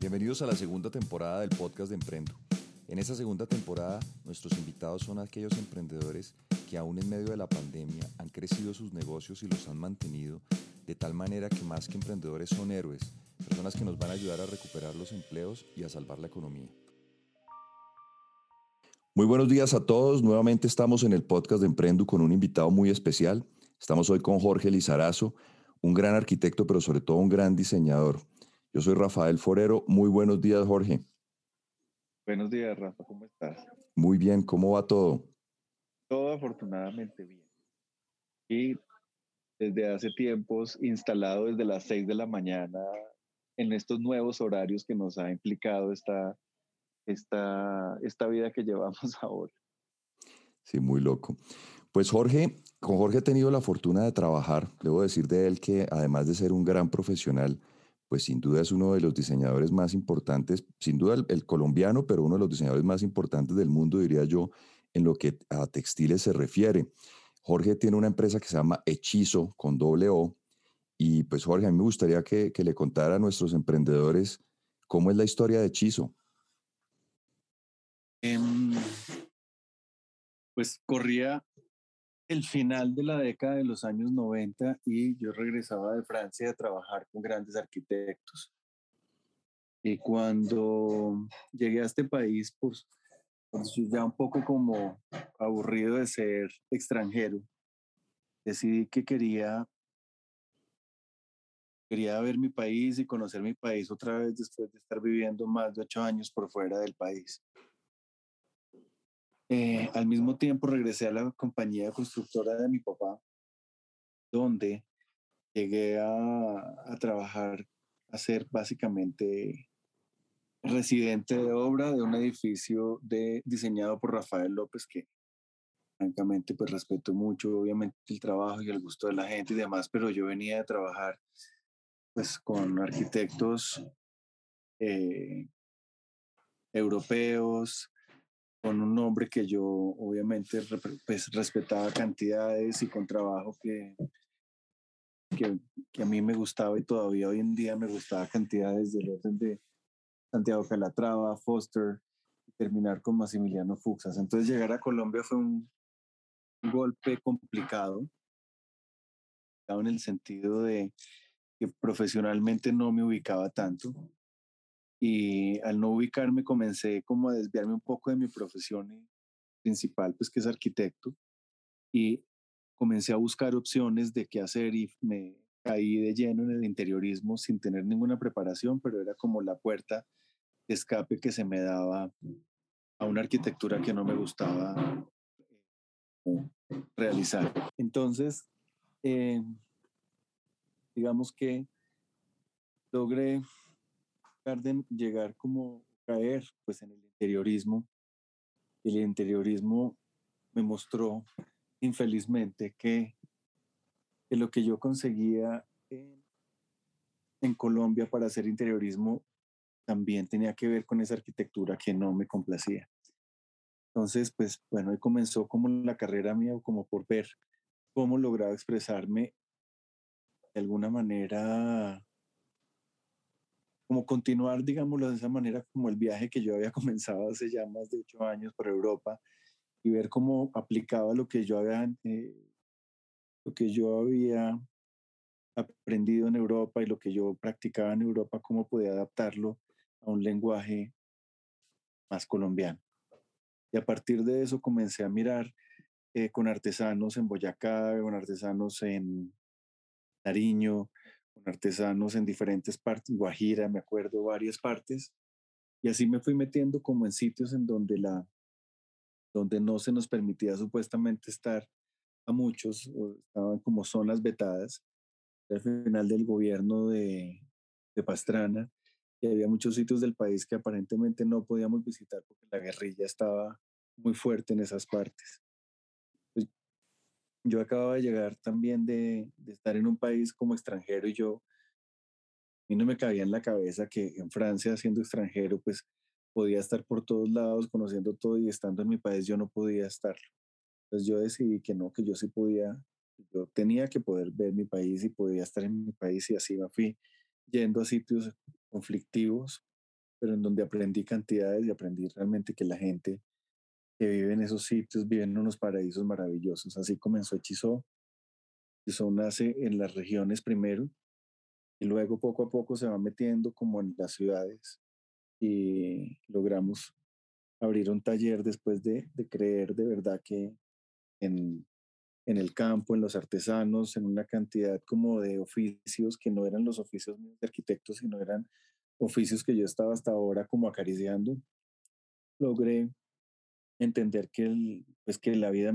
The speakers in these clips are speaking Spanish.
Bienvenidos a la segunda temporada del podcast de Emprendo. En esta segunda temporada, nuestros invitados son aquellos emprendedores que aún en medio de la pandemia han crecido sus negocios y los han mantenido de tal manera que más que emprendedores son héroes, personas que nos van a ayudar a recuperar los empleos y a salvar la economía. Muy buenos días a todos. Nuevamente estamos en el podcast de Emprendo con un invitado muy especial. Estamos hoy con Jorge Lizarazo, un gran arquitecto, pero sobre todo un gran diseñador. Yo soy Rafael Forero. Muy buenos días, Jorge. Buenos días, Rafa. ¿Cómo estás? Muy bien. ¿Cómo va todo? Todo afortunadamente bien. Y desde hace tiempos instalado desde las 6 de la mañana en estos nuevos horarios que nos ha implicado esta vida que llevamos ahora. Sí, muy loco. Pues con Jorge he tenido la fortuna de trabajar. Debo decir de él que además de ser un gran profesional, pues sin duda es uno de los diseñadores más importantes, sin duda el colombiano, pero uno de los diseñadores más importantes del mundo, diría yo, en lo que a textiles se refiere. Jorge tiene una empresa que se llama Hechizo, con doble O, y pues Jorge, a mí me gustaría que le contara a nuestros emprendedores cómo es la historia de Hechizo. Pues corría el final de la década de los años 90 y yo regresaba de Francia a trabajar con grandes arquitectos. Y cuando llegué a este país, pues ya un poco como aburrido de ser extranjero, decidí que quería ver mi país y conocer mi país otra vez después de estar viviendo más de 8 años por fuera del país. Al mismo tiempo regresé a la compañía constructora de mi papá, donde llegué a trabajar, a ser básicamente residente de obra de un edificio diseñado por Rafael López, que francamente pues respeto mucho, obviamente el trabajo y el gusto de la gente y demás, pero yo venía de trabajar pues con arquitectos europeos, con un nombre que yo obviamente pues, respetaba cantidades y con trabajo que a mí me gustaba y todavía hoy en día me gustaba cantidades del orden de Santiago Calatrava, Foster, y terminar con Maximiliano Fuxas. Entonces llegar a Colombia fue un golpe complicado en el sentido de que profesionalmente no me ubicaba tanto y al no ubicarme comencé como a desviarme un poco de mi profesión principal, pues que es arquitecto, y comencé a buscar opciones de qué hacer y me caí de lleno en el interiorismo sin tener ninguna preparación, pero era como la puerta de escape que se me daba a una arquitectura que no me gustaba realizar. Entonces, digamos que logré llegar como caer pues en el interiorismo. Y el interiorismo me mostró infelizmente que lo que yo conseguía en Colombia para hacer interiorismo también tenía que ver con esa arquitectura que no me complacía. Entonces, pues bueno, ahí comenzó como la carrera mía, como por ver cómo lograba expresarme de alguna manera, como continuar, digámoslo de esa manera, como el viaje que yo había comenzado hace ya más de 8 años por Europa y ver cómo aplicaba lo que yo había aprendido en Europa y lo que yo practicaba en Europa, cómo podía adaptarlo a un lenguaje más colombiano. Y a partir de eso comencé a mirar con artesanos en Boyacá, con artesanos en Nariño, con artesanos en diferentes partes, Guajira, me acuerdo, varias partes. Y así me fui metiendo como en sitios en donde no se nos permitía supuestamente estar a muchos, o estaban como zonas vetadas. Al final del gobierno de Pastrana, y había muchos sitios del país que aparentemente no podíamos visitar porque la guerrilla estaba muy fuerte en esas partes. Pues yo acababa de llegar también de estar en un país como extranjero y a mí no me cabía en la cabeza que en Francia, siendo extranjero, pues podía estar por todos lados, conociendo todo y estando en mi país yo no podía estarlo. Entonces yo decidí que no, que yo sí podía, yo tenía que poder ver mi país y podía estar en mi país y así me fui yendo a sitios conflictivos pero en donde aprendí cantidades y aprendí realmente que la gente que vive en esos sitios vive en unos paraísos maravillosos. Así comenzó Hechizó. Hechizó nace en las regiones primero y luego poco a poco se va metiendo como en las ciudades y logramos abrir un taller después de creer de verdad que en, en el campo, en los artesanos, en una cantidad como de oficios que no eran los oficios míos de arquitectos, sino eran oficios que yo estaba hasta ahora como acariciando, logré entender que, pues que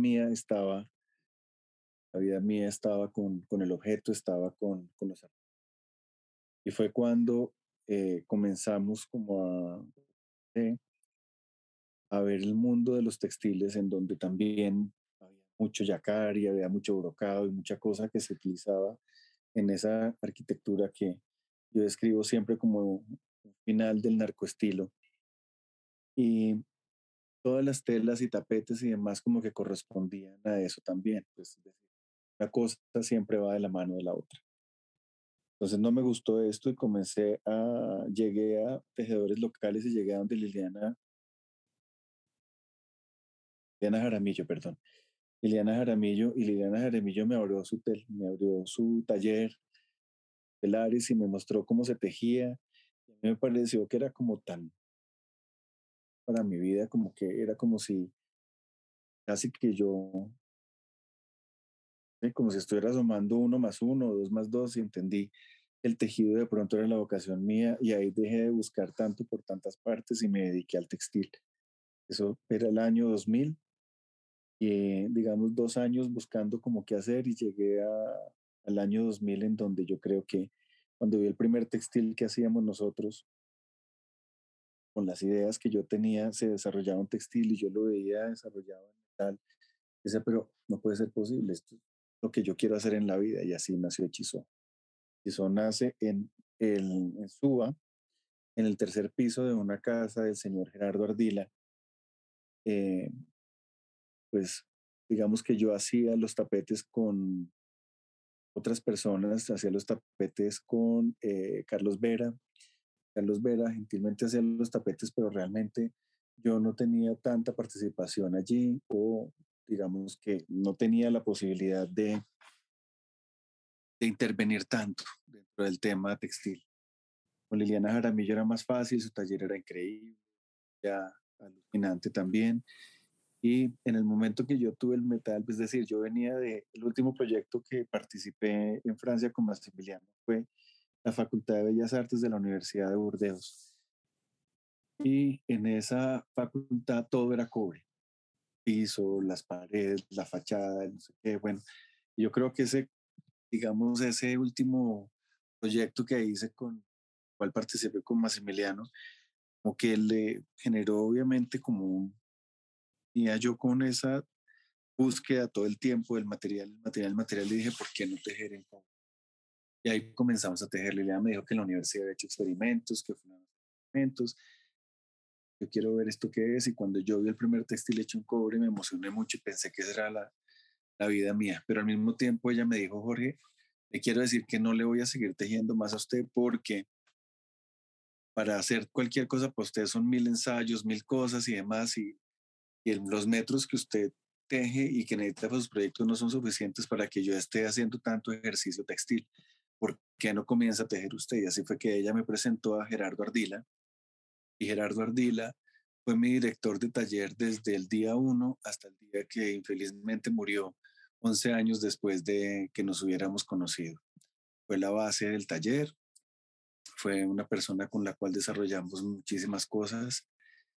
la vida mía estaba con el objeto, estaba con los artesanos. Y fue cuando comenzamos como eh, a ver el mundo de los textiles en donde también había mucho yacari, había mucho brocado y mucha cosa que se utilizaba en esa arquitectura que yo describo siempre como un final del narcoestilo. Y todas las telas y tapetes y demás como que correspondían a eso también. Pues, es decir, una cosa siempre va de la mano de la otra. Entonces no me gustó esto y llegué a tejedores locales y llegué a donde Liliana Jaramillo, perdón. Liliana Jaramillo me abrió su taller telares y me mostró cómo se tejía. Y a mí me pareció que era como tan para mi vida, como que era como si casi que yo, como si estuviera sumando uno más uno, dos más dos, y entendí que el tejido de pronto era la vocación mía y ahí dejé de buscar tanto por tantas partes y me dediqué al textil. Eso era el año 2000 y digamos 2 años buscando como qué hacer y al año 2000 en donde yo creo que cuando vi el primer textil que hacíamos nosotros, con las ideas que yo tenía, se desarrollaba un textil y yo lo veía desarrollado en metal. Decía, pero no puede ser posible, esto es lo que yo quiero hacer en la vida y así nació Hechizó. Hechizó nace en Suba, en el tercer piso de una casa del señor Gerardo Ardila. Eh, pues digamos que yo hacía los tapetes con otras personas, hacía los tapetes con Carlos Vera. Carlos Vera gentilmente hacía los tapetes, pero realmente yo no tenía tanta participación allí o digamos que no tenía la posibilidad de intervenir tanto dentro del tema textil. Con Liliana Jaramillo era más fácil, su taller era increíble, ya alucinante también. Y en el momento que yo tuve el metal, es decir, yo venía del último proyecto que participé en Francia con Maximiliano, fue la Facultad de Bellas Artes de la Universidad de Burdeos. Y en esa facultad todo era cobre, piso, las paredes, la fachada, no sé qué. Bueno, yo creo que digamos, ese último proyecto que hice con el cual participé con Maximiliano, como que le generó obviamente y yo con esa búsqueda todo el tiempo del material, le dije, ¿por qué no tejer en cobre? Y ahí comenzamos a tejer. Liliana me dijo que en la universidad había hecho experimentos, que fueron experimentos. Yo quiero ver esto qué es. Y cuando yo vi el primer textil hecho en cobre, me emocioné mucho y pensé que esa era la vida mía. Pero al mismo tiempo ella me dijo, Jorge, le quiero decir que no le voy a seguir tejiendo más a usted porque para hacer cualquier cosa, pues usted son 1000 ensayos, 1000 cosas y demás, y los metros que usted teje y que necesita para sus proyectos no son suficientes para que yo esté haciendo tanto ejercicio textil. ¿Por qué no comienza a tejer usted? Y así fue que ella me presentó a Gerardo Ardila, y Gerardo Ardila fue mi director de taller desde el día uno hasta el día que infelizmente murió 11 años después de que nos hubiéramos conocido. Fue la base del taller, fue una persona con la cual desarrollamos muchísimas cosas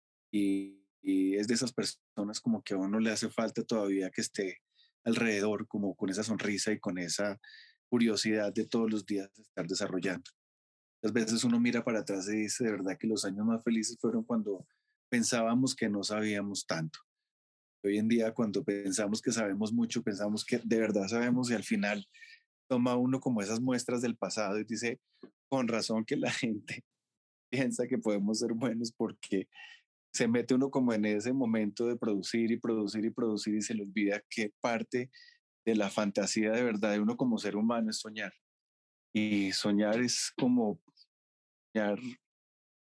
y es de esas personas como que a uno le hace falta todavía que esté alrededor, como con esa sonrisa y con esa curiosidad de todos los días estar desarrollando. Muchas veces uno mira para atrás y dice de verdad que los años más felices fueron cuando pensábamos que no sabíamos tanto. Hoy en día cuando pensamos que sabemos mucho, pensamos que de verdad sabemos y al final toma uno como esas muestras del pasado y dice, con razón que la gente piensa que podemos ser buenos porque se mete uno como en ese momento de producir y producir y producir y se le olvida que parte de la fantasía de verdad de uno como ser humano es soñar. Y soñar es como soñar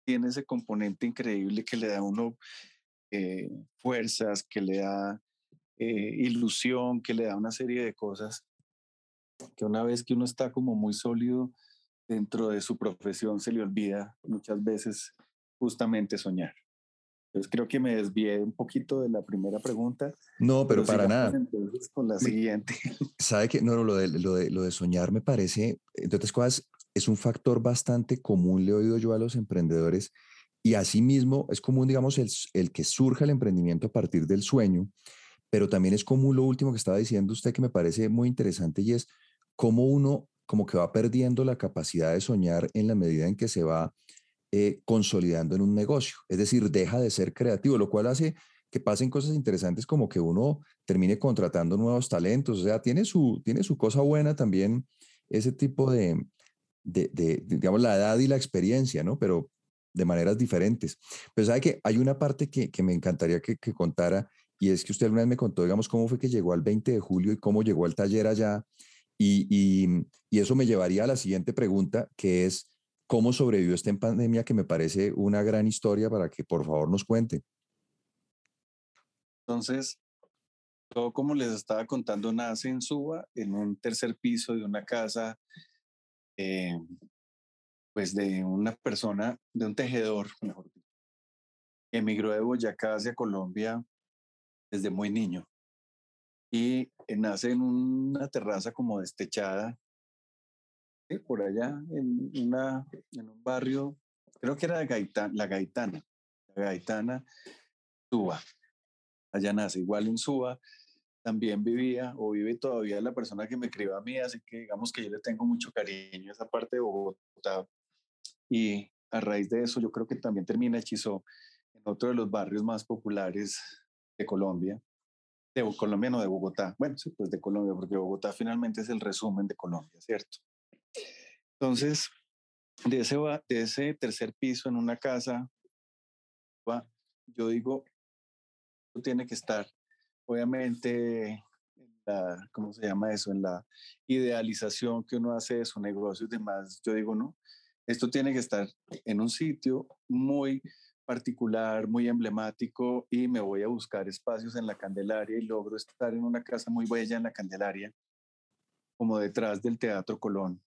tiene ese componente increíble que le da a uno fuerzas, que le da ilusión, que le da una serie de cosas que una vez que uno está como muy sólido dentro de su profesión se le olvida muchas veces justamente soñar. Entonces creo que me desvié un poquito de la primera pregunta, No, pero pero para sigamos nada. entonces con la siguiente. Sabe que no, no, lo de soñar me parece, entre otras cosas, es un factor bastante común, le he oído yo a los emprendedores, y asimismo es común, digamos, el que surja el emprendimiento a partir del sueño, pero también es común lo último que estaba diciendo usted que me parece muy interesante y es cómo uno como que va perdiendo la capacidad de soñar en la medida en que se va consolidando en un negocio. Es decir, deja de ser creativo, lo cual hace que pasen cosas interesantes como que uno termine contratando nuevos talentos. O sea, tiene su cosa buena también ese tipo digamos, la edad y la experiencia, ¿no? Pero de maneras diferentes. Pero sabe que hay una parte que me encantaría que contara y es que usted alguna vez me contó, digamos, cómo fue que llegó al 20 de julio y cómo llegó al taller allá. Y, y eso me llevaría a la siguiente pregunta, que es, ¿cómo sobrevivió esta en pandemia? Que me parece una gran historia para que por favor nos cuente. Entonces, todo como les estaba contando nace en Suba, en un tercer piso de una casa, eh, pues de una persona, de un tejedor, mejor dicho, que emigró de Boyacá hacia Colombia desde muy niño. Y nace en una terraza como destechada, ¿sí? Por allá, en un barrio, creo que era La Gaitana, Suba. Allá nace, igual en Suba también vivía o vive todavía la persona que me crió a mí, así que digamos que yo le tengo mucho cariño a esa parte de Bogotá. Y a raíz de eso yo creo que también termina Hechizó en otro de los barrios más populares de Colombia, de Colombia no de Bogotá, bueno, sí, pues de Colombia, porque Bogotá finalmente es el resumen de Colombia, ¿cierto? Entonces, de ese tercer piso en una casa, yo digo, tiene que estar, obviamente, ¿cómo se llama eso? En la idealización que uno hace de su negocio y demás, yo digo, no, esto tiene que estar en un sitio muy particular, muy emblemático y me voy a buscar espacios en la Candelaria y logro estar en una casa muy bella en la Candelaria, como detrás del Teatro Colón.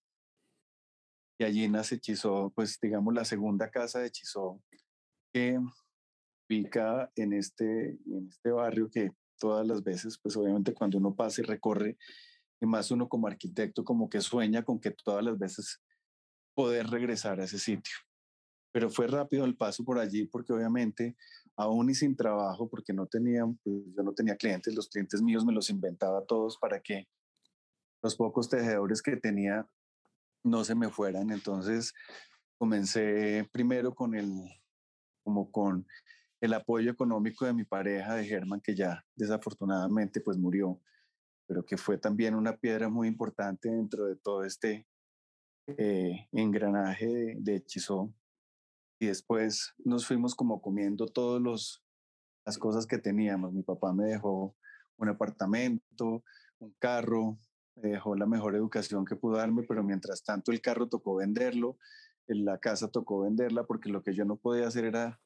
Y allí nace Hechizó, pues digamos la segunda casa de Hechizó, que ubica en este barrio que todas las veces, pues obviamente cuando uno pasa y recorre, y más uno como arquitecto como que sueña con que todas las veces poder regresar a ese sitio. Pero fue rápido el paso por allí porque obviamente aún y sin trabajo, porque no tenía, pues yo no tenía clientes, los clientes míos me los inventaba todos para que los pocos tejedores que tenía no se me fueran. Entonces comencé primero con como con el apoyo económico de mi pareja, de Germán, que ya desafortunadamente pues murió, pero que fue también una piedra muy importante dentro de todo este engranaje de Hechizó. Y después nos fuimos como comiendo las cosas que teníamos. Mi papá me dejó un apartamento, un carro, me dejó la mejor educación que pudo darme, pero mientras tanto el carro tocó venderlo, la casa tocó venderla, porque lo que yo no podía hacer era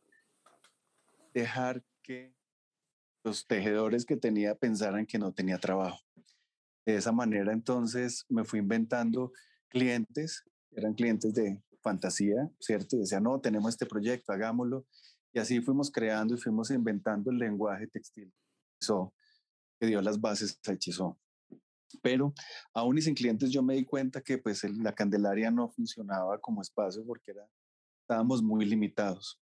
dejar que los tejedores que tenía pensaran que no tenía trabajo. De esa manera entonces me fui inventando clientes, eran clientes de fantasía, ¿cierto? Y decía, no, tenemos este proyecto, hagámoslo. Y así fuimos creando y fuimos inventando el lenguaje textil que dio las bases a Hechizó. Pero aún y sin clientes yo me di cuenta que pues la Candelaria no funcionaba como espacio porque estábamos muy limitados.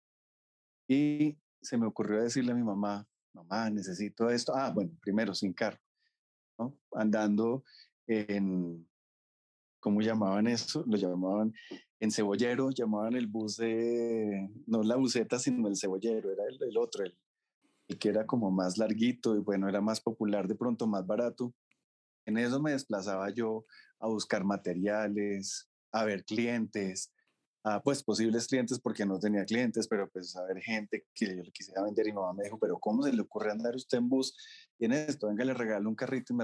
Y se me ocurrió decirle a mi mamá, mamá, necesito esto. Ah, bueno, primero sin carro, ¿no? Andando en, ¿cómo llamaban eso? Lo llamaban en cebollero, llamaban el bus de, no la buseta, sino el cebollero, era el otro, el que era como más larguito y bueno, era más popular, de pronto más barato. En eso me desplazaba yo a buscar materiales, a ver clientes, a pues posibles clientes porque no tenía clientes, pero pues a ver gente que yo le quisiera vender y mi mamá me dijo, pero ¿cómo se le ocurre andar usted en bus? Tiene esto, venga, le regalo un carrito y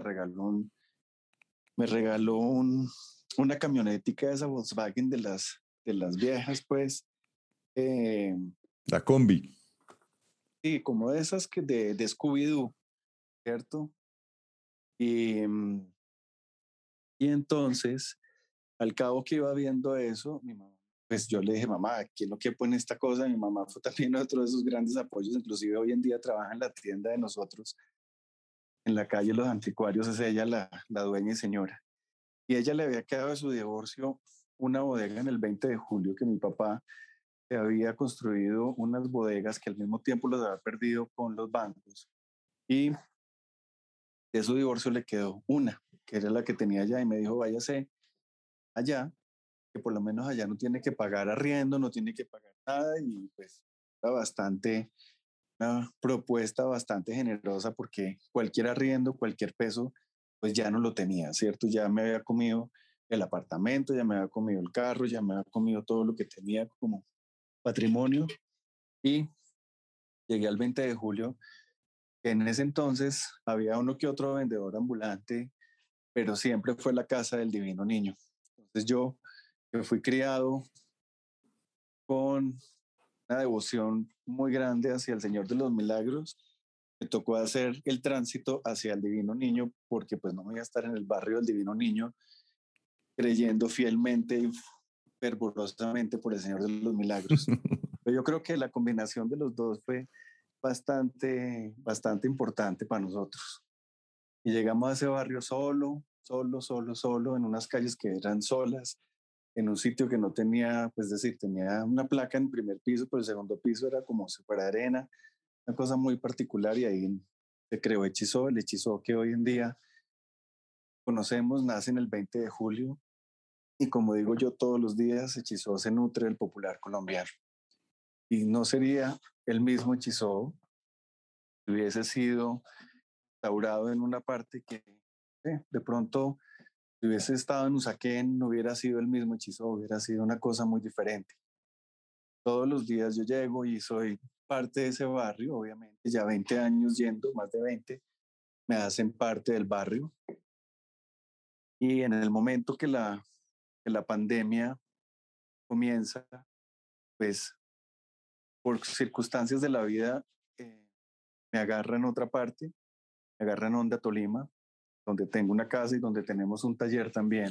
me regaló una camionetica de esa Volkswagen de las viejas, pues, eh, La combi. sí, como de esas que de Scooby-Doo, ¿cierto? Y, y entonces, al cabo que iba viendo eso, mi mamá, pues yo le dije, mamá, ¿qué es lo que pone esta cosa? Mi mamá fue también otro de esos grandes apoyos, inclusive hoy en día trabaja en la tienda de nosotros, en la calle Los Anticuarios, es ella la dueña y señora. Y ella le había quedado de su divorcio una bodega en el 20 de julio que mi papá se había construido unas bodegas que al mismo tiempo los había perdido con los bancos. Y de su divorcio le quedó una, que era la que tenía allá, y me dijo, váyase allá, que por lo menos allá no tiene que pagar arriendo, no tiene que pagar nada, y pues era bastante, una propuesta bastante generosa porque cualquier arriendo, cualquier peso, pues ya no lo tenía, ¿cierto? Ya me había comido el apartamento, ya me había comido el carro, ya me había comido todo lo que tenía como patrimonio, y llegué al 20 de julio, que en ese entonces había uno que otro vendedor ambulante, pero siempre fue la casa del Divino Niño. Entonces yo, que fui criado con una devoción muy grande hacia el Señor de los Milagros, me tocó hacer el tránsito hacia el Divino Niño porque pues no voy a estar en el barrio del Divino Niño creyendo fielmente y fervorosamente por el Señor de los Milagros. Pero yo creo que la combinación de los dos fue bastante importante para nosotros. Y llegamos a ese barrio solo, en unas calles que eran solas, en un sitio que no tenía, pues decir, tenía una placa en el primer piso, pero el segundo piso era como si fuera arena, una cosa muy particular, y ahí se creó Hechizó, el Hechizó que hoy en día conocemos, nace en el 20 de julio, y como digo yo todos los días, Hechizó se nutre del popular colombiano. Y no sería el mismo Hechizó si hubiese sido instaurado en una parte que de pronto si hubiese estado en Usaquén no hubiera sido el mismo Hechizo, hubiera sido una cosa muy diferente. Todos los días yo llego y soy parte de ese barrio, obviamente, ya 20 años yendo, más de 20, me hacen parte del barrio. Y en el momento que la pandemia comienza, pues por circunstancias de la vida, eh, me agarran otra parte, me agarran Honda Tolima, donde tengo una casa y donde tenemos un taller también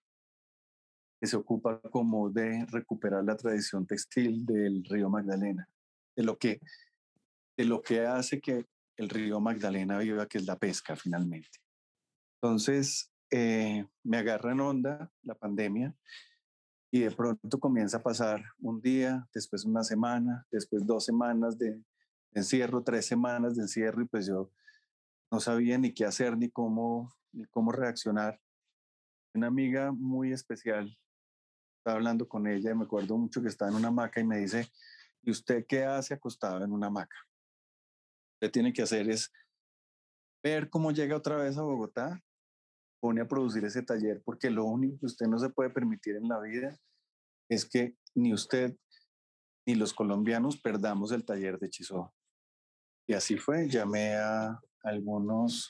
que se ocupa como de recuperar la tradición textil del río Magdalena, de lo que, de lo que hace que el río Magdalena viva, que es la pesca finalmente. Entonces, me agarra en onda la pandemia y de pronto comienza a pasar un día, después una semana, después 2 semanas de encierro, 3 semanas de encierro, y pues yo no sabía ni qué hacer ni cómo reaccionar. Una amiga muy especial, estaba hablando con ella y me acuerdo mucho que estaba en una hamaca y me dice, ¿y usted qué hace acostado en una hamaca? Usted tiene que hacer es ver cómo llega otra vez a Bogotá, pone a producir ese taller, porque lo único que usted no se puede permitir en la vida es que ni usted ni los colombianos perdamos el taller de Chizó. Y así fue, llamé a algunos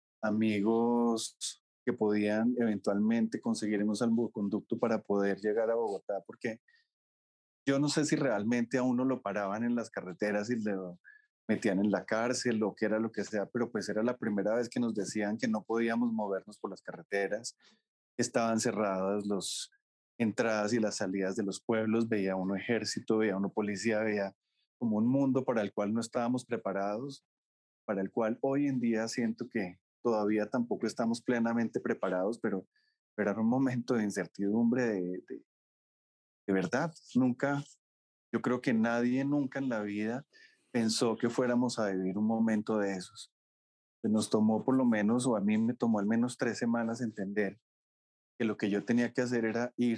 amigos que podían eventualmente conseguir un salvoconducto para poder llegar a Bogotá, porque yo no sé si realmente a uno lo paraban en las carreteras y lo metían en la cárcel o qué era lo que sea, pero pues era la primera vez que nos decían que no podíamos movernos por las carreteras, estaban cerradas las entradas y las salidas de los pueblos, veía uno ejército, veía uno policía, veía como un mundo para el cual no estábamos preparados, para el cual hoy en día siento que todavía tampoco estamos plenamente preparados, pero era un momento de incertidumbre, de verdad, nunca, yo creo que nadie nunca en la vida pensó que fuéramos a vivir un momento de esos. Nos tomó por lo menos, o a mí me tomó al menos 3 semanas entender que lo que yo tenía que hacer era ir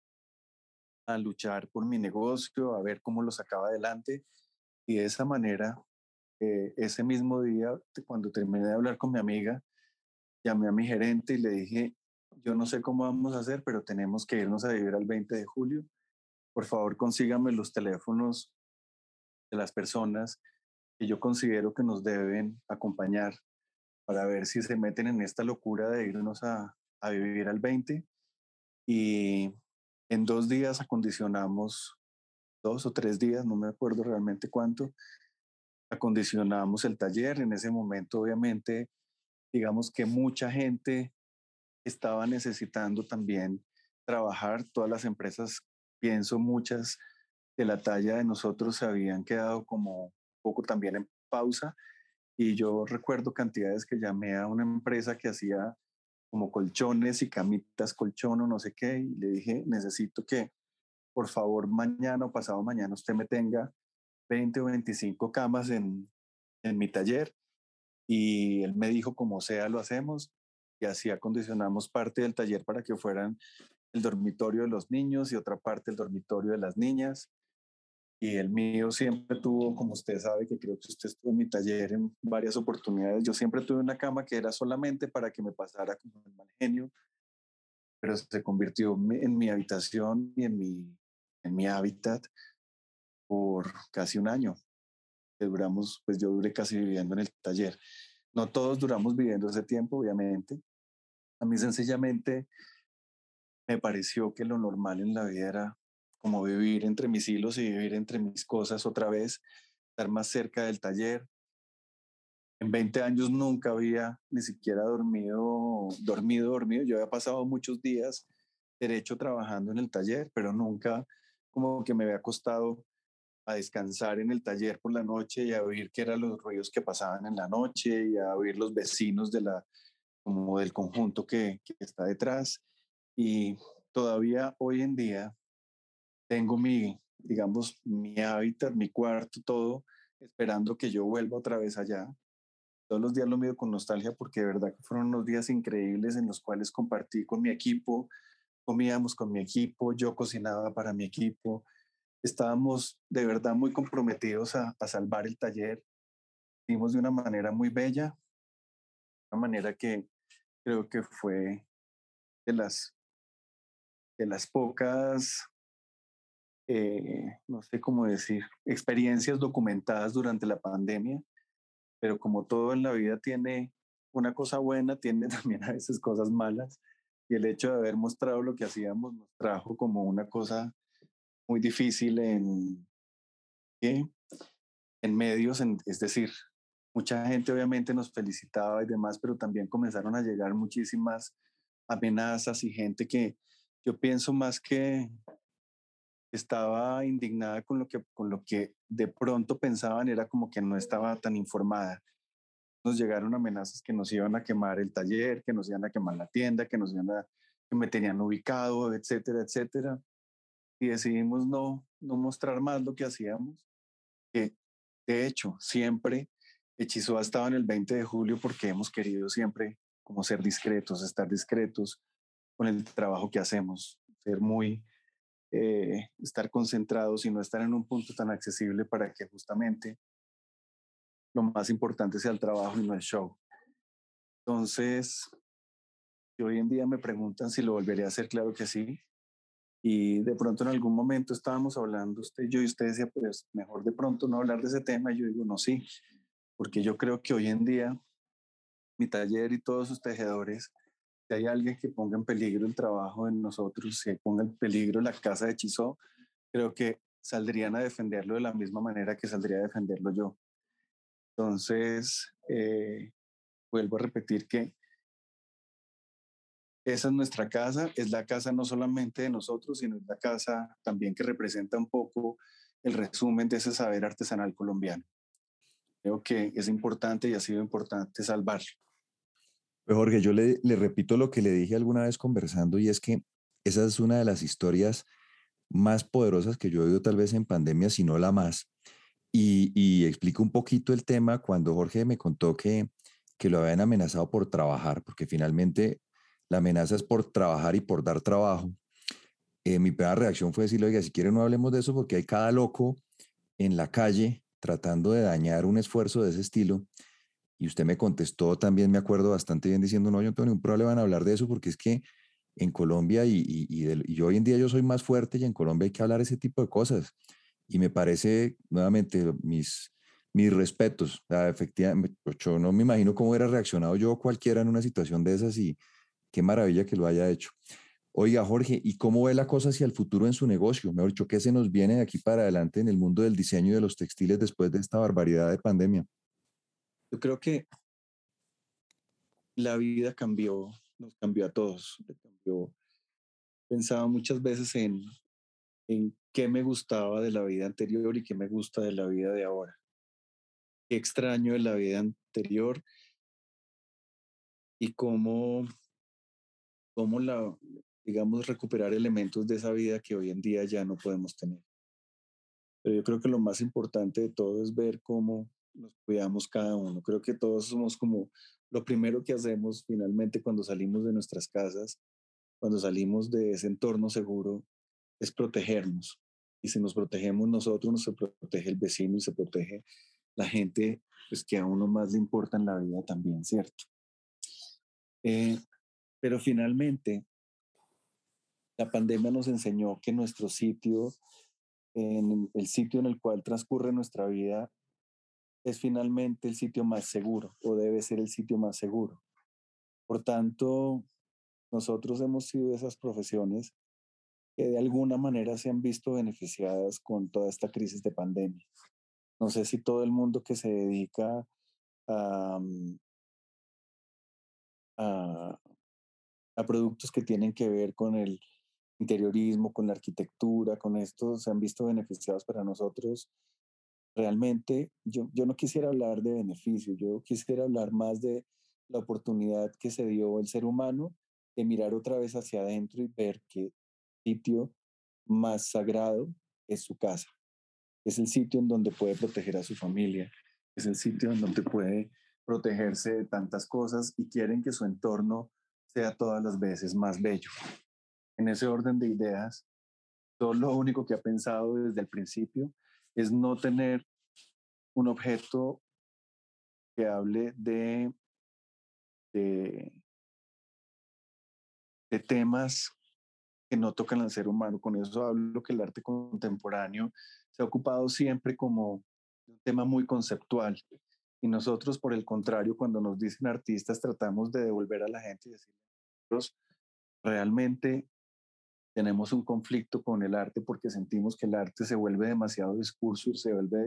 a luchar por mi negocio, a ver cómo lo sacaba adelante. Y de esa manera, ese mismo día, cuando terminé de hablar con mi amiga, llamé a mi gerente y le dije, yo no sé cómo vamos a hacer, pero tenemos que irnos a vivir al 20 de julio. Por favor, consígame los teléfonos de las personas que yo considero que nos deben acompañar para ver si se meten en esta locura de irnos a vivir al 20. Y en 2 días acondicionamos 2 o 3 días, no me acuerdo realmente cuánto, acondicionamos el taller. En ese momento, obviamente, digamos que mucha gente estaba necesitando también trabajar. Todas las empresas, pienso muchas de la talla de nosotros, se habían quedado como un poco también en pausa. Y yo recuerdo cantidades que llamé a una empresa que hacía como colchones y camitas colchón o no sé qué, y le dije, necesito que por favor mañana o pasado mañana usted me tenga 20 o 25 camas en mi taller. Y él me dijo, como sea, lo hacemos. Y así acondicionamos parte del taller para que fueran el dormitorio de los niños y otra parte el dormitorio de las niñas. Y el mío siempre tuvo, como usted sabe, que creo que usted estuvo en mi taller en varias oportunidades, yo siempre tuve una cama que era solamente para que me pasara como el mal genio, pero se convirtió en mi habitación y en mi hábitat por casi un año. Que duramos, pues yo duré casi viviendo en el taller. No todos duramos viviendo ese tiempo, obviamente. A mí sencillamente me pareció que lo normal en la vida era como vivir entre mis hilos y vivir entre mis cosas otra vez, estar más cerca del taller. En 20 años nunca había ni siquiera dormido. Yo había pasado muchos días derecho trabajando en el taller, pero nunca como que me había acostado a descansar en el taller por la noche y a oír qué eran los ruidos que pasaban en la noche y a oír los vecinos como del conjunto que está detrás. Y todavía hoy en día tengo digamos, mi hábitat, mi cuarto, todo, esperando que yo vuelva otra vez allá. Todos los días lo mido con nostalgia porque de verdad que fueron unos días increíbles en los cuales compartí con mi equipo, comíamos con mi equipo, yo cocinaba para mi equipo, estábamos de verdad muy comprometidos a salvar el taller. Hicimos de una manera muy bella, una manera que creo que fue de las pocas, no sé cómo decir, experiencias documentadas durante la pandemia, pero como todo en la vida tiene una cosa buena, tiene también a veces cosas malas, y el hecho de haber mostrado lo que hacíamos nos trajo como una cosa muy difícil ¿qué? En medios, es decir, mucha gente obviamente nos felicitaba y demás, pero también comenzaron a llegar muchísimas amenazas y gente que yo pienso más que estaba indignada con lo que de pronto pensaban, era como que no estaba tan informada. Nos llegaron amenazas que nos iban a quemar el taller, que nos iban a quemar la tienda, que me tenían ubicado, etcétera, etcétera. Y decidimos no mostrar más lo que hacíamos, que de hecho siempre Hechizó ha estado en el 20 de julio porque hemos querido siempre como ser discretos, estar discretos con el trabajo que hacemos, estar concentrados y no estar en un punto tan accesible para que justamente lo más importante sea el trabajo y no el show. Entonces, si hoy en día me preguntan si lo volveré a hacer, claro que sí. Y de pronto en algún momento estábamos hablando usted y yo, y usted decía, pues mejor de pronto no hablar de ese tema. Y yo digo, no, sí, porque yo creo que hoy en día mi taller y todos sus tejedores, si hay alguien que ponga en peligro el trabajo de nosotros, si ponga en peligro la casa de Hechizó, creo que saldrían a defenderlo de la misma manera que saldría a defenderlo yo. Entonces, vuelvo a repetir que esa es nuestra casa, es la casa no solamente de nosotros, sino es la casa también que representa un poco el resumen de ese saber artesanal colombiano. Creo que es importante y ha sido importante salvarlo. Pues Jorge, yo le repito lo que le dije alguna vez conversando y es que esa es una de las historias más poderosas que yo he oído tal vez en pandemia, si no la más. Y explico un poquito el tema cuando Jorge me contó que lo habían amenazado por trabajar, porque finalmente la amenaza es por trabajar y por dar trabajo. Mi primera reacción fue decirle, oiga, si quiere no hablemos de eso porque hay cada loco en la calle tratando de dañar un esfuerzo de ese estilo. Y usted me contestó también, me acuerdo bastante bien, diciendo, no, yo no tengo ningún problema en hablar de eso porque es que en Colombia y hoy en día yo soy más fuerte y en Colombia hay que hablar ese tipo de cosas. Y me parece, nuevamente, mis respetos. O sea, efectivamente, yo no me imagino cómo hubiera reaccionado yo cualquiera en una situación de esas y qué maravilla que lo haya hecho. Oiga, Jorge, ¿y cómo ve la cosa hacia el futuro en su negocio? Mejor dicho, ¿qué se nos viene de aquí para adelante en el mundo del diseño y de los textiles después de esta barbaridad de pandemia? Yo creo que la vida cambió, nos cambió a todos. Cambió. Pensaba muchas veces en qué me gustaba de la vida anterior y qué me gusta de la vida de ahora. Qué extraño de la vida anterior y cómo digamos, recuperar elementos de esa vida que hoy en día ya no podemos tener. Pero yo creo que lo más importante de todo es ver cómo nos cuidamos cada uno. Creo que todos somos como lo primero que hacemos finalmente cuando salimos de nuestras casas, cuando salimos de ese entorno seguro, es protegernos. Y si nos protegemos nosotros, nos protege el vecino y se protege la gente pues, que a uno más le importa en la vida también, ¿cierto? Eh, pero finalmente, la pandemia nos enseñó que nuestro sitio, en el sitio en el cual transcurre nuestra vida, es finalmente el sitio más seguro o debe ser el sitio más seguro. Por tanto, nosotros hemos sido esas profesiones que de alguna manera se han visto beneficiadas con toda esta crisis de pandemia. No sé si todo el mundo que se dedica a, a, a productos que tienen que ver con el interiorismo, con la arquitectura, con esto, se han visto beneficiados para nosotros. Realmente yo no quisiera hablar de beneficio, yo quisiera hablar más de la oportunidad que se dio el ser humano de mirar otra vez hacia adentro y ver que el sitio más sagrado es su casa, es el sitio en donde puede proteger a su familia, es el sitio en donde puede protegerse de tantas cosas y quieren que su entorno sea todas las veces más bello. En ese orden de ideas, todo lo único que ha pensado desde el principio es no tener un objeto que hable de, de temas que no tocan al ser humano. Con eso hablo que el arte contemporáneo se ha ocupado siempre como un tema muy conceptual. Y nosotros, por el contrario, cuando nos dicen artistas, tratamos de devolver a la gente y decirles, nosotros realmente tenemos un conflicto con el arte porque sentimos que el arte se vuelve demasiado discurso y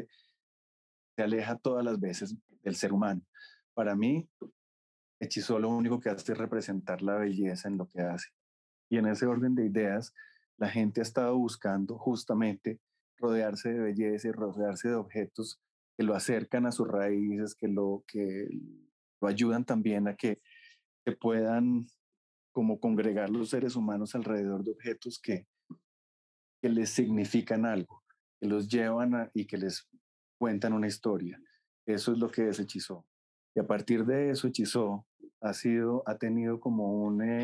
se aleja todas las veces del ser humano. Para mí, Hechizó lo único que hace es representar la belleza en lo que hace. Y en ese orden de ideas, la gente ha estado buscando justamente rodearse de belleza y rodearse de objetos que lo acercan a sus raíces, que lo ayudan también a que se puedan como congregar los seres humanos alrededor de objetos que les significan algo, que los llevan y que les cuentan una historia. Eso es lo que es Hechizó. Y a partir de eso, Hechizó ha tenido como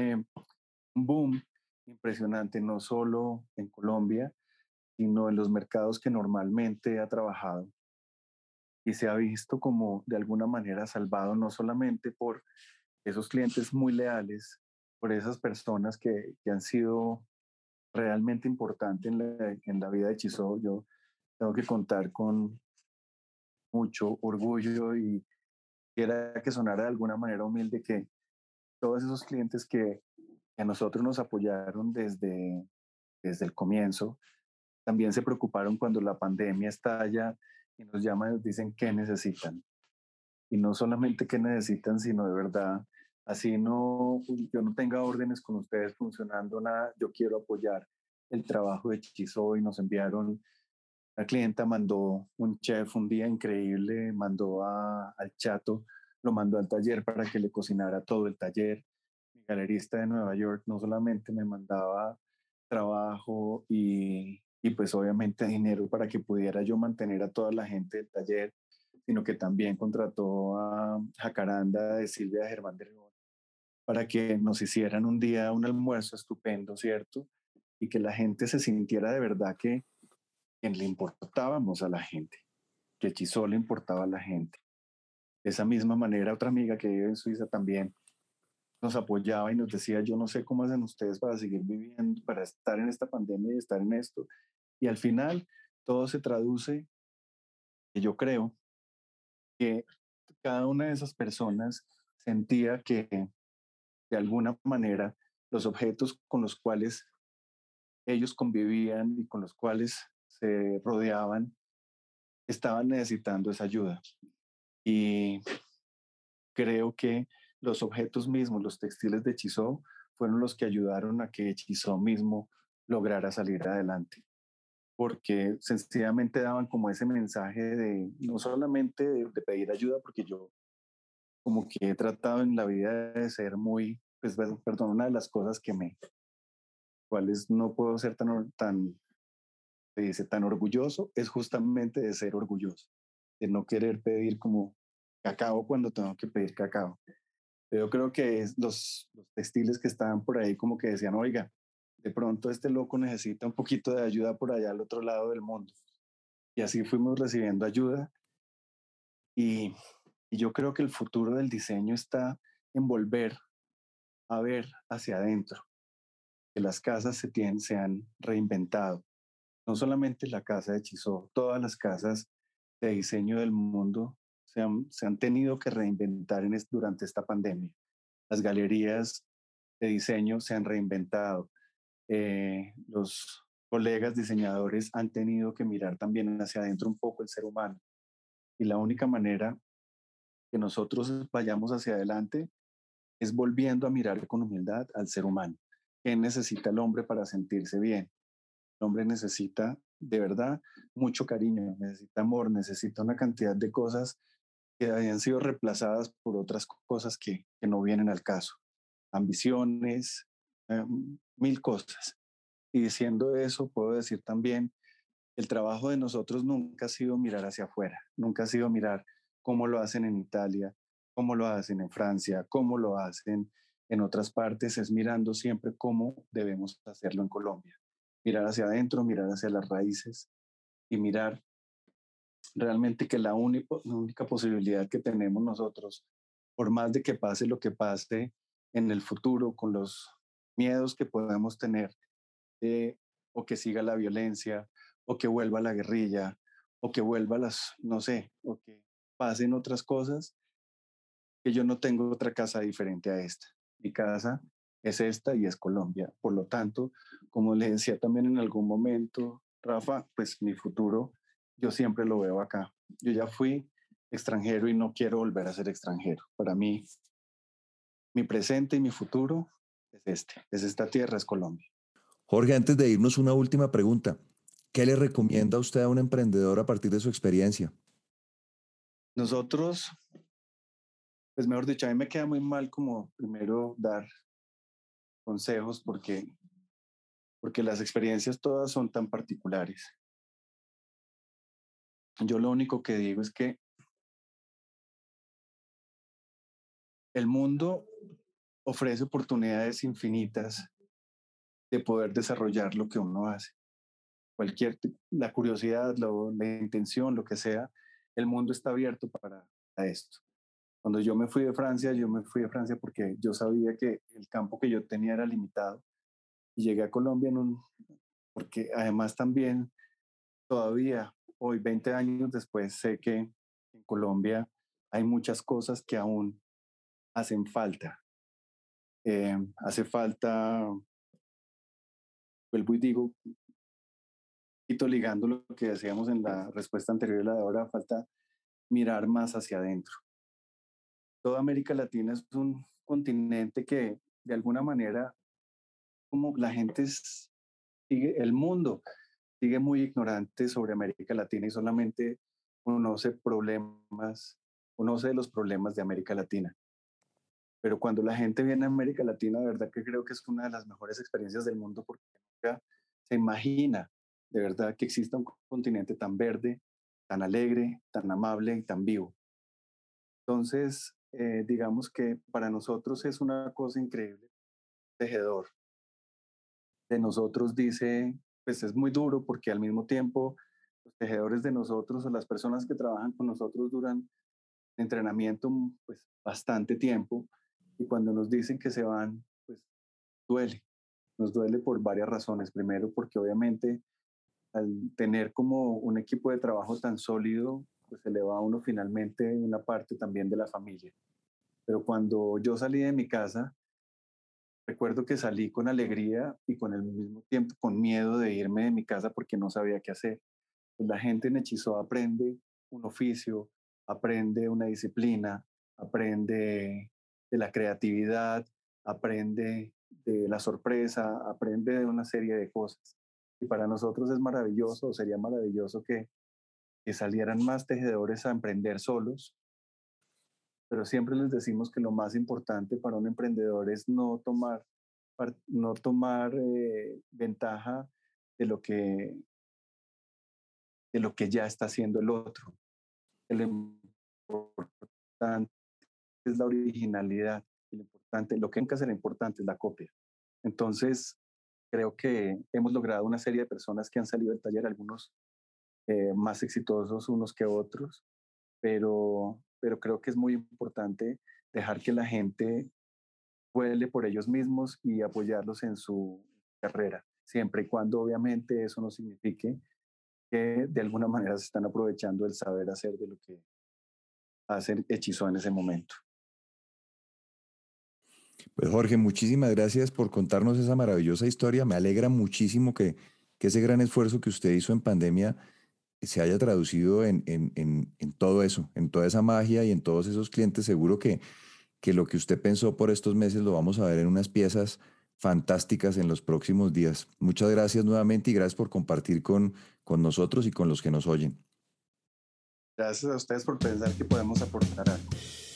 un boom impresionante, no solo en Colombia, sino en los mercados que normalmente ha trabajado. Y se ha visto como de alguna manera salvado, no solamente por esos clientes muy leales, por esas personas que han sido realmente importantes en la vida de Chizó. Yo tengo que contar con mucho orgullo y quiera que sonara de alguna manera humilde que todos esos clientes que a nosotros nos apoyaron desde el comienzo, también se preocuparon cuando la pandemia estalla y nos llaman y nos dicen qué necesitan. Y no solamente qué necesitan, sino de verdad, así no, yo no tenga órdenes con ustedes funcionando nada, yo quiero apoyar el trabajo de Chizo y nos enviaron, la clienta mandó un chef un día increíble, mandó al Chato, lo mandó al taller para que le cocinara todo el taller. Mi galerista de Nueva York no solamente me mandaba trabajo y pues obviamente dinero para que pudiera yo mantener a toda la gente del taller, sino que también contrató a Jacaranda de Silvia Germán de Ribón para que nos hicieran un día un almuerzo estupendo, ¿cierto? Y que la gente se sintiera de verdad que le importábamos a la gente, que Chisó le importaba a la gente. De esa misma manera, otra amiga que vive en Suiza también nos apoyaba y nos decía, yo no sé cómo hacen ustedes para seguir viviendo, para estar en esta pandemia y estar en esto. Y al final, todo se traduce, que yo creo que cada una de esas personas sentía que de alguna manera los objetos con los cuales ellos convivían y con los cuales se rodeaban estaban necesitando esa ayuda. Y creo que los objetos mismos, los textiles de Chizó, fueron los que ayudaron a que Chizó mismo lograra salir adelante, porque sencillamente daban como ese mensaje de no solamente de pedir ayuda, porque yo como que he tratado en la vida de ser muy, pues perdón, una de las cosas cuales no puedo ser se dice, tan orgulloso, es justamente de ser orgulloso, de no querer pedir como cacao cuando tengo que pedir cacao. Pero yo creo que los textiles que estaban por ahí como que decían, oiga, de pronto este loco necesita un poquito de ayuda por allá al otro lado del mundo. Y así fuimos recibiendo ayuda y, y yo creo que el futuro del diseño está en volver a ver hacia adentro, que las casas se han reinventado. No solamente la casa de Chizó, todas las casas de diseño del mundo se han tenido que reinventar durante esta pandemia. Las galerías de diseño se han reinventado. Los colegas diseñadores han tenido que mirar también hacia adentro un poco el ser humano. Y la única manera que nosotros vayamos hacia adelante es volviendo a mirar con humildad al ser humano. ¿Qué necesita el hombre para sentirse bien? El hombre necesita de verdad mucho cariño, necesita amor, necesita una cantidad de cosas que habían sido reemplazadas por otras cosas que no vienen al caso. Ambiciones, mil cosas. Y diciendo eso, puedo decir también, el trabajo de nosotros nunca ha sido mirar hacia afuera, nunca ha sido mirar cómo lo hacen en Italia, cómo lo hacen en Francia, cómo lo hacen en otras partes, es mirando siempre cómo debemos hacerlo en Colombia. Mirar hacia adentro, mirar hacia las raíces y mirar realmente que la única posibilidad que tenemos nosotros, por más de que pase lo que pase en el futuro, con los miedos que podamos tener, o que siga la violencia, o que vuelva la guerrilla, o que vuelva no sé, o que pasen otras cosas, que yo no tengo otra casa diferente a esta. Mi casa es esta y es Colombia. Por lo tanto, como le decía también en algún momento, Rafa, pues mi futuro yo siempre lo veo acá. Yo ya fui extranjero y no quiero volver a ser extranjero. Para mí, mi presente y mi futuro es esta tierra, es Colombia. Jorge, antes de irnos, una última pregunta. ¿Qué le recomienda usted a un emprendedor a partir de su experiencia? Nosotros, pues mejor dicho, a mí me queda muy mal como primero dar consejos porque las experiencias todas son tan particulares. Yo lo único que digo es que el mundo ofrece oportunidades infinitas de poder desarrollar lo que uno hace. La curiosidad, la intención, lo que sea, el mundo está abierto para esto. Cuando yo me fui de Francia, yo me fui de Francia porque yo sabía que el campo que yo tenía era limitado y llegué a Colombia porque además también todavía hoy, 20 años después, sé que en Colombia hay muchas cosas que aún hacen falta. Hace falta, vuelvo y digo, ligando lo que decíamos en la respuesta anterior, la de ahora, falta mirar más hacia adentro. Toda América Latina es un continente que de alguna manera, como la gente sigue, el mundo sigue muy ignorante sobre América Latina y solamente conoce de los problemas de América Latina. Pero cuando la gente viene a América Latina, de verdad que creo que es una de las mejores experiencias del mundo porque nunca se imagina de verdad que exista un continente tan verde, tan alegre, tan amable y tan vivo. Entonces, digamos que para nosotros es una cosa increíble. Tejedor de nosotros dice, pues es muy duro porque al mismo tiempo los tejedores de nosotros o las personas que trabajan con nosotros duran entrenamiento pues bastante tiempo y cuando nos dicen que se van, pues duele. Nos duele por varias razones. Primero, porque obviamente al tener como un equipo de trabajo tan sólido, pues se le va a uno finalmente una parte también de la familia. Pero cuando yo salí de mi casa, recuerdo que salí con alegría y con el mismo tiempo con miedo de irme de mi casa porque no sabía qué hacer. Pues la gente en Hechizó aprende un oficio, aprende una disciplina, aprende de la creatividad, aprende de la sorpresa, aprende de una serie de cosas. Y para nosotros es maravilloso, sería maravilloso que salieran más tejedores a emprender solos, pero siempre les decimos que lo más importante para un emprendedor es no tomar ventaja de lo que, de lo que ya está haciendo el otro. Lo importante es la originalidad. Lo que nunca será importante es la copia. Entonces, creo que hemos logrado una serie de personas que han salido del taller, algunos más exitosos unos que otros, pero creo que es muy importante dejar que la gente vuele por ellos mismos y apoyarlos en su carrera, siempre y cuando obviamente eso no signifique que de alguna manera se están aprovechando el saber hacer de lo que hacen Hechizó en ese momento. Pues Jorge, muchísimas gracias por contarnos esa maravillosa historia. Me alegra muchísimo que ese gran esfuerzo que usted hizo en pandemia se haya traducido en todo eso, en toda esa magia y en todos esos clientes. Seguro que lo que usted pensó por estos meses lo vamos a ver en unas piezas fantásticas en los próximos días. Muchas gracias nuevamente y gracias por compartir con nosotros y con los que nos oyen. Gracias a ustedes por pensar que podemos aportar algo.